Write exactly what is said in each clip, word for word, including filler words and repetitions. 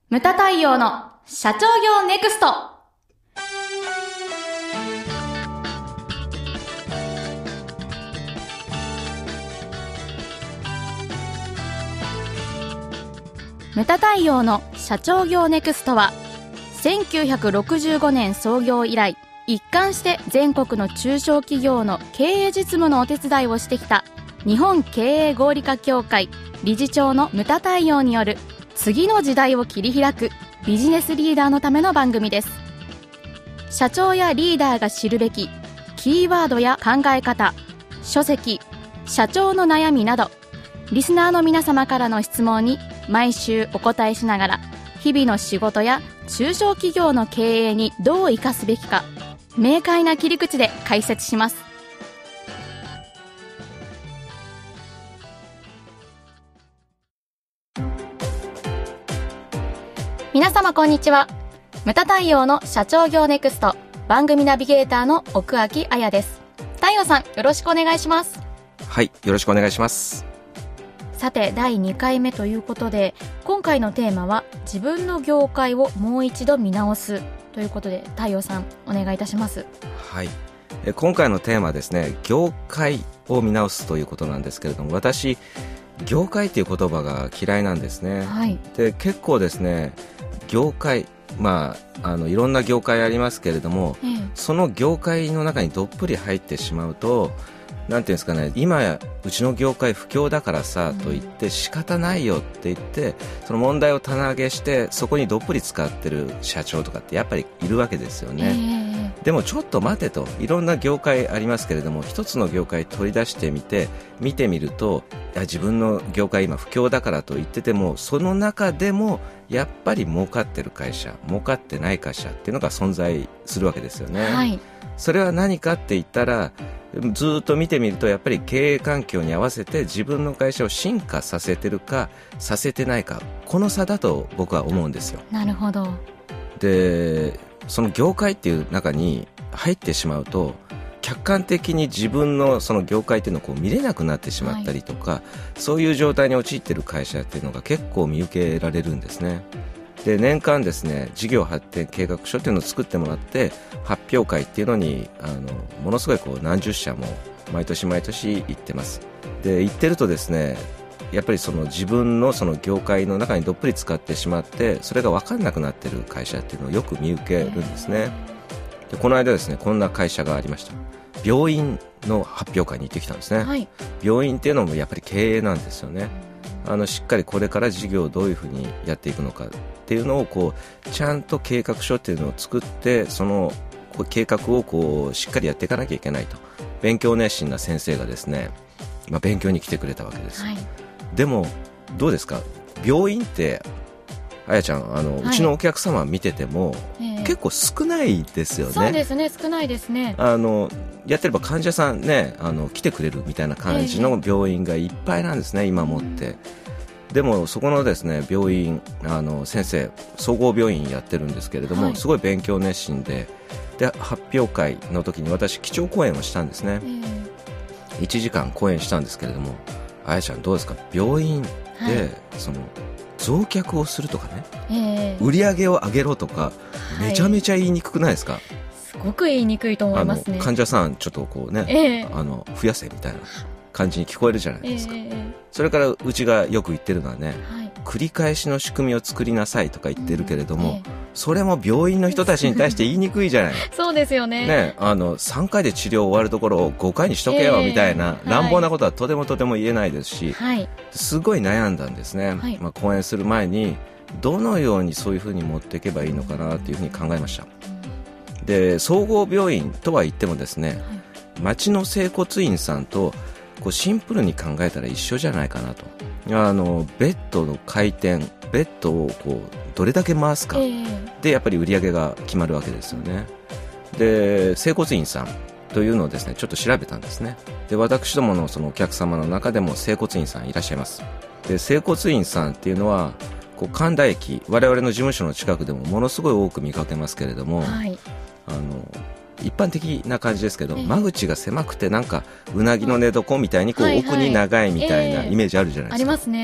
ムタ太陽の社長業ネクスト。ムタ太陽の社長業ネクストはせんきゅうひゃくろくじゅうごねん創業以来、一貫して全国の中小企業の経営実務のお手伝いをしてきた日本経営合理化協会理事長のムタ太陽による次の時代を切り開くビジネスリーダーのための番組です。社長やリーダーが知るべきキーワードや考え方、書籍、社長の悩みなど、リスナーの皆様からの質問に毎週お答えしながら、日々の仕事や中小企業の経営にどう生かすべきか、明快な切り口で解説します。皆様こんにちは。ムタ太陽の社長業ネクスト、番組ナビゲーターの奥脇彩です。太陽さん、よろしくお願いします。 はい、よろしくお願いします。 さて、だいにかいめということで、今回のテーマは自分の業界をもう一度見直すということで、太陽さんお願いいたします。 はい、え今回のテーマはですね、業界を見直すということなんですけれども、私業界という言葉が嫌いなんですね、 はい、 で結構ですね、業界、まあ、あのいろんな業界ありますけれども、ええ、その業界の中にどっぷり入ってしまうと、なんていうんですかね、今やうちの業界不況だからさ、うん、と言って仕方ないよって言ってその問題を棚上げしてそこにどっぷり使ってる社長とかってやっぱりいるわけですよね、えー、でもちょっと待てと、いろんな業界ありますけれども、一つの業界取り出してみて見てみると、いや自分の業界今不況だからと言ってても、その中でもやっぱり儲かってる会社、儲かってない会社っていうのが存在するわけですよね、はい、それは何かって言ったら、ずっと見てみるとやっぱり経営環境に合わせて自分の会社を進化させてるかさせてないか、この差だと僕は思うんですよ。 なるほど。 でその業界っていう中に入ってしまうと、客観的に自分のその業界っていうのをこう見れなくなってしまったりとか、はい、そういう状態に陥っている会社っていうのが結構見受けられるんですね。で年間ですね、事業発展計画書っていうのを作ってもらって発表会っていうのにあのものすごいこう何十社も毎年毎年行ってます。で行ってるとですね、やっぱりその自分のその業界の中にどっぷり使ってしまって、それが分かんなくなってる会社っていうのをよく見受けるんですね。でこの間ですね、こんな会社がありました。病院の発表会に行ってきたんですね、はい、病院っていうのもやっぱり経営なんですよね。あのしっかりこれから事業をどういうふうにやっていくのかっていうのをこうちゃんと計画書っていうのを作って、その計画をこうしっかりやっていかなきゃいけないと、勉強熱心な先生がですね、まあ、勉強に来てくれたわけです、はい、でもどうですか、病院ってあやちゃん、あの、はい、うちのお客様見てても、えー、結構少ないですよね。 そうですね、少ないですね。 あのやってれば患者さんね、あの来てくれるみたいな感じの病院がいっぱいなんですね、えー、今もって。でもそこのですね病院、あの先生総合病院やってるんですけれども、はい、すごい勉強熱心で、で発表会の時に私基調講演をしたんですね、えー、いちじかん講演したんですけれども、あやちゃんどうですか、病院で、はい、その増客をするとかね、えー、売り上げを上げろとか、めちゃめちゃ言いにくくないですか。はい、 すごく言いにくいと思いますね。 あの患者さんちょっとこうね、えー、あの増やせみたいな感じに聞こえるじゃないですか、えー、それからうちがよく言ってるのはね、はい、繰り返しの仕組みを作りなさいとか言ってるけれども、うんえー、それも病院の人たちに対して言いにくいじゃないそうですよ ね, ね、あのさんかいで治療終わるところをごかいにしとけよみたいな、えー、乱暴なことはとてもとても言えないですし、はい、すごい悩んだんですね、はい、まあ、講演する前にどのようにそういうふうに持っていけばいいのかなというふうに考えました。で総合病院とは言ってもですね、はい、町の整骨院さんとこうシンプルに考えたら一緒じゃないかなと。あのベッドの回転、ベッドをこうどれだけ回すか、えー、でやっぱり売り上げが決まるわけですよね。で整骨院さんというのをですねちょっと調べたんですね。で私どものそのお客様の中でも整骨院さんいらっしゃいます。で整骨院さんっていうのはこう神田駅、我々の事務所の近くでもものすごい多く見かけますけれども、はい、あの一般的な感じですけど、えー、間口が狭くてなんかうなぎの寝床みたいにこう、はいはい、奥に長いみたいなイメージあるじゃないですか、えー、ありますね。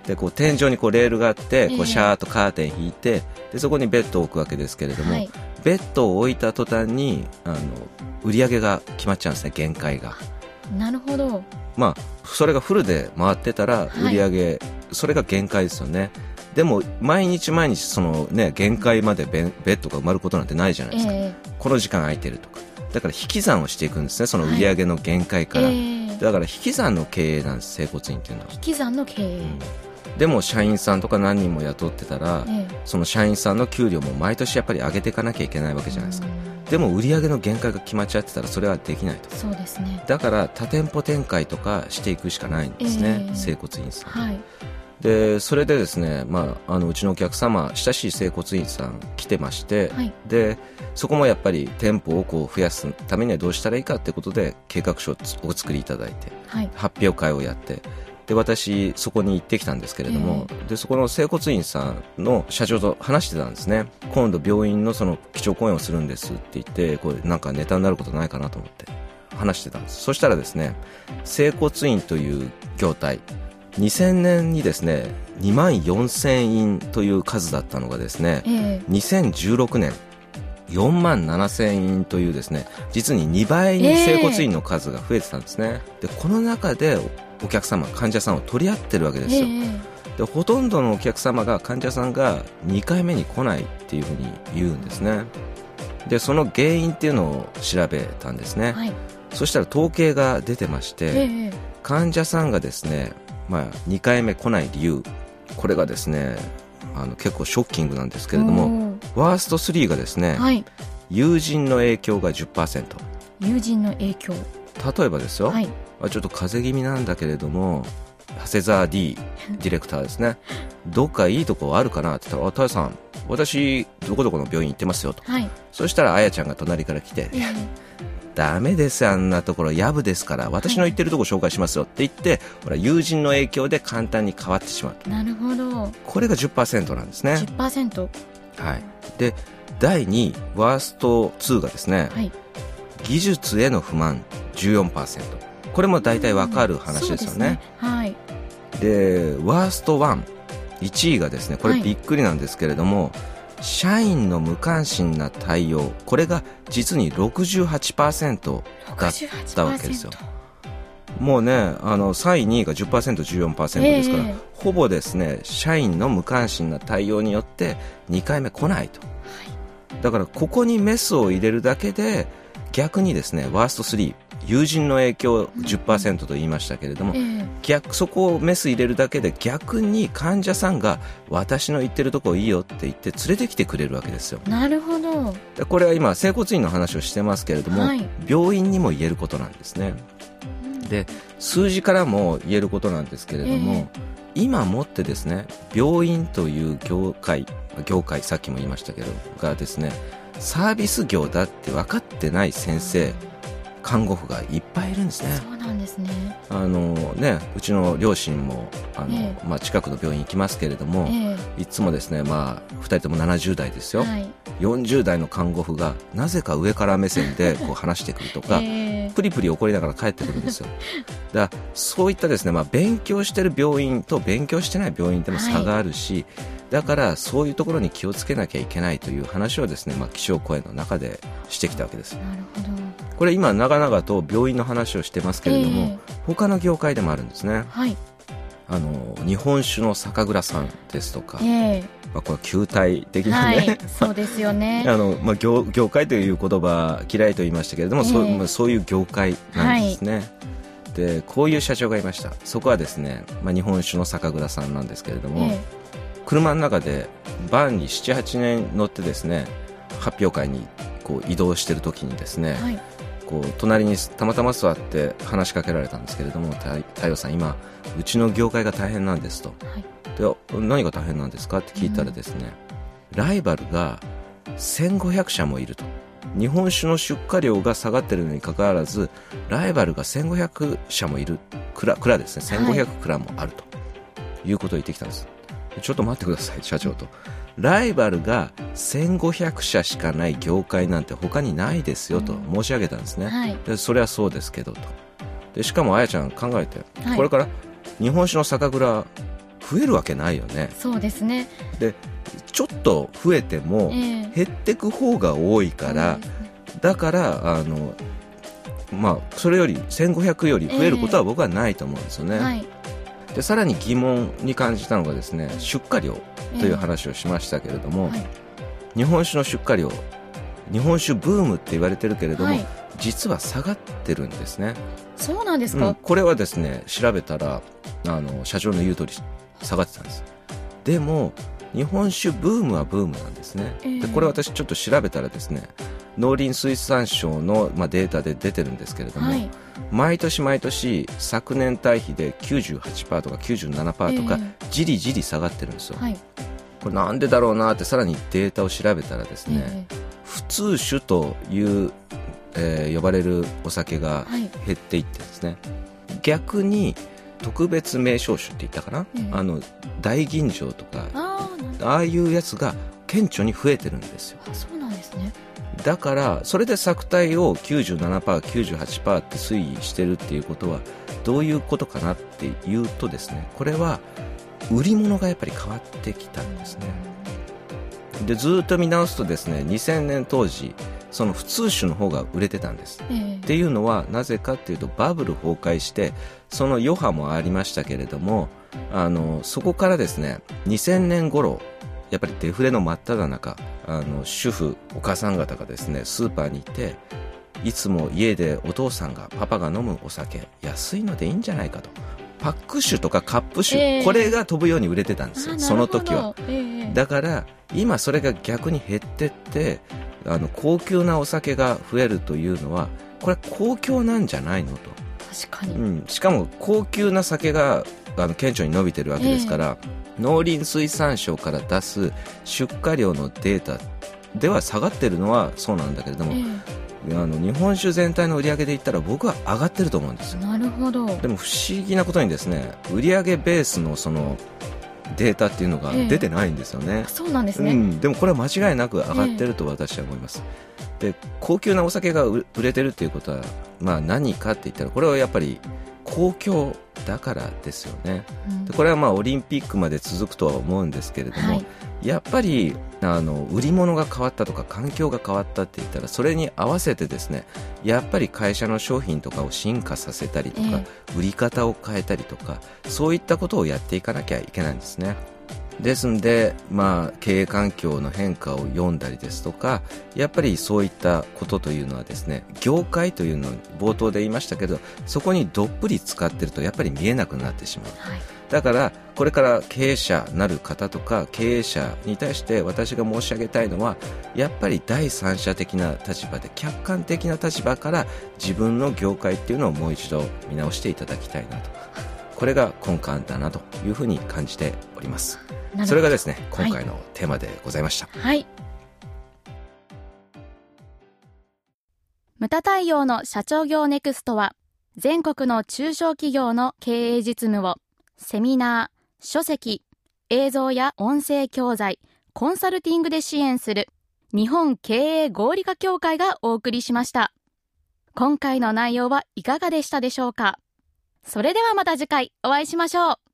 でこう天井にこうレールがあってこええうシャーっとカーテン引いてでそこにベッドを置くわけですけれども、 はい、 ベッドを置いた途端にあの売り上げが決まっちゃうんですね、限界が。 なるほど。 まあそれがフルで回ってたら売り上げ、はい、それが限界ですよね。でも毎日毎日その、ね、限界までベッドが埋まることなんてないじゃないですか、えー、この時間空いてるとか。だから引き算をしていくんですね、その売り上げの限界から、はい、えー、だから引き算の経営なんです、整骨院っていうのは。 引き算の経営、うん、 でも社員さんとか何人も雇ってたら、えー、その社員さんの給料も毎年やっぱり上げていかなきゃいけないわけじゃないですか。でも売り上げの限界が決まっちゃってたらそれはできないと。 そうですね。 だから多店舗展開とかしていくしかないんですね、えー、整骨院さん、はい、でそれでですね、まあ、あのうちのお客様親しい整骨院さん来てまして、はい、でそこもやっぱり店舗をこう増やすためにはどうしたらいいかってことで計画書をお作りいただいて、はい、発表会をやって、で私そこに行ってきたんですけれども、えー、でそこの整骨院さんの社長と話してたんですね。今度病院のその基調講演をするんですって言って、これなんかネタになることないかなと思って話してたんです。そしたらですね、整骨院という業態にせんねんにですねにまんよんせん院という数だったのがですね、えー、にせんじゅうろくねんよんまんななせん院というですね実ににばいに整骨院の数が増えてたんですね。でこの中でお客様患者さんを取り合ってるわけですよ、えー、でほとんどのお客様が患者さんがにかいめに来ないっていうふうに言うんですね。でその原因っていうのを調べたんですね、はい、そしたら統計が出てまして、えー、患者さんがですね、まあ、にかいめ来ない理由、これがですねあの結構ショッキングなんですけれども、ワーストスリーがですね、はい、友人の影響が じゅっパーセント。 友人の影響、 例えばですよ、はい、ちょっと風邪気味なんだけれども長谷沢 D ディレクターですねどっかいいとこあるかなって言ったら、あ、タイさん私どこどこの病院行ってますよと、はい、そしたらあやちゃんが隣から来て、えー、ダメですあんなところやぶですから私の言ってるとこ紹介しますよって言って、はい、ほら友人の影響で簡単に変わってしまうと。 なるほど。これが じゅっパーセント なんですね。 じゅっパーセント、 はい、でだいにいワーストにがですね、はい、技術への不満 じゅうよんパーセント。 これも大体わかる話ですよね、うん、はい、でワーストいちいがですねこれびっくりなんですけれども、はい、社員の無関心な対応、これが実に ろくじゅうはちパーセント だったわけですよ。もうねあのさんいにいが じゅっパーセント、じゅうよんパーセント ですから、えー、ほぼですね社員の無関心な対応によってにかいめ来ないと、はい、だからここにメスを入れるだけで逆にですねワーストスリー、友人の影響 じゅっパーセント と言いましたけれども、えー、逆そこをメス入れるだけで逆に患者さんが私の言ってるとこいいよって言って連れてきてくれるわけですよ。 なるほど。 でこれは今整骨院の話をしてますけれども、はい、病院にも言えることなんですね。で数字からも言えることなんですけれども、えー、今もってですね病院という業界業界さっきも言いましたけどがですねサービス業だって分かってない先生看護婦がいっぱいいるんですね。 そうなんですね。 あのねうちの両親もあの、えーまあ、近くの病院行きますけれども、えー、いつもですね、まあ、ふたりともななじゅう代ですよ、はい、よんじゅう代の看護婦がなぜか上から目線でこう話してくるとか、えー、プリプリ怒りながら帰ってくるんですよ。だからそういったですね、まあ、勉強してる病院と勉強してない病院でも差があるし、はい、だからそういうところに気をつけなきゃいけないという話をですね、まあ、気象講演の中でしてきたわけです。 なるほど。 これ今長々と病院の話をしてますけれども、えー、他の業界でもあるんですね、はい、あの日本酒の酒蔵さんですとか、えーまあ、これ球体的なね、はい、 そうですよねあの、まあ、業, 業界という言葉嫌いと言いましたけれども、えーそうまあ、そういう業界なんですね、はい、でこういう社長がいました。そこはですね、まあ、日本酒の酒蔵さんなんですけれども、えー、車の中でバンに ななはちねん乗ってですね発表会にこう移動している時にですね、はい、こう隣にたまたま座って話しかけられたんですけれども、太陽さん今うちの業界が大変なんですと、はい、で何が大変なんですかって聞いたらですね、うん、ライバルがせんごひゃくしゃもいると。日本酒の出荷量が下がっているのにかかわらずライバルがせんごひゃくしゃもいる、蔵、蔵ですね、せんごひゃく蔵もあるということを言ってきたんです、はい、ちょっと待ってください社長と、ライバルがせんごひゃくしゃしかない業界なんて他にないですよと申し上げたんですね、うんはい、でそれはそうですけどと。でしかもあやちゃん考えて、はい、これから日本酒の酒蔵増えるわけないよね。 そうですね。 でちょっと増えても減ってく方が多いから、えー、だからあの、まあ、それよりせんごひゃくより増えることは僕はないと思うんですよね、えーはい、でさらに疑問に感じたのがですね、出荷量という話をしましたけれども、えーはい、日本酒の出荷量、日本酒ブームって言われてるけれども、はい、実は下がってるんですね。 そうなんですか、 うん、これはですね調べたらあの社長の言う通り下がってたんです。でも日本酒ブームはブームなんですね、えー、でこれ私ちょっと調べたらですね、農林水産省の、まあ、データで出てるんですけれども、はい、毎年毎年昨年対比で きゅうじゅうはちパーセント とか きゅうじゅうななパーセント とか、えー、じりじり下がってるんですよ、はい、これなんでだろうなってさらにデータを調べたらですね、えー、普通酒という、えー、呼ばれるお酒が減っていってですね、はい、逆に特別名称酒って言ったかな、えー、あの大吟醸とか あ, ああいうやつが顕著に増えてるんですよ。 あ、そうなんですね。 だからそれで作体を きゅうじゅうななパーセント、きゅうじゅうはちパーセント って推移してるっていうことはどういうことかなっていうとですね、これは売り物がやっぱり変わってきたんですね。でずっと見直すとですね、にせんねん当時その普通酒の方が売れてたんです、えー、っていうのはなぜかっていうと、バブル崩壊してその余波もありましたけれども、あのそこからですねにせんねん頃やっぱりデフレの真っ只中、あの主婦お母さん方がですねスーパーに行って、いつも家でお父さんがパパが飲むお酒安いのでいいんじゃないかと、パック酒とかカップ酒、えー、これが飛ぶように売れてたんですよ、その時は、えー、だから今それが逆に減ってって、あの高級なお酒が増えるというのはこれ公共なんじゃないのと。 確かに、 うん、しかも高級な酒があの顕著に伸びてるわけですから、えー、農林水産省から出す出荷量のデータでは下がってるのはそうなんだけれども、えー、あの日本酒全体の売り上げで言ったら僕は上がってると思うんですよ。 なるほど。 でも不思議なことにですね、売り上げベースのそのデータっていうのが出てないんですよね、 えー、そうなんですね、 うん、でもこれは間違いなく上がってると私は思います、えー、で高級なお酒が売れてるっていうことは、まあ、何かって言ったらこれはやっぱり公共だからですよね、うん、でこれはまあオリンピックまで続くとは思うんですけれども、はい、やっぱりあの売り物が変わったとか環境が変わったって言ったらそれに合わせてですね、やっぱり会社の商品とかを進化させたりとか、えー、売り方を変えたりとか、そういったことをやっていかなきゃいけないんですね。ですんで、まあ、経営環境の変化を読んだりですとか、やっぱりそういったことというのはですね、業界というのを冒頭で言いましたけど、そこにどっぷり使ってるとやっぱり見えなくなってしまう、はい、だからこれから経営者なる方とか経営者に対して私が申し上げたいのは、やっぱり第三者的な立場で客観的な立場から自分の業界っていうのをもう一度見直していただきたいなと、これが根幹だなというふうに感じております。それがですね、今回のテーマでございました。 はい。ムタ太陽の社長業ネクストは、全国の中小企業の経営実務をセミナー、書籍、映像や音声教材、コンサルティングで支援する日本経営合理化協会がお送りしました。今回の内容はいかがでしたでしょうか。それではまた次回お会いしましょう。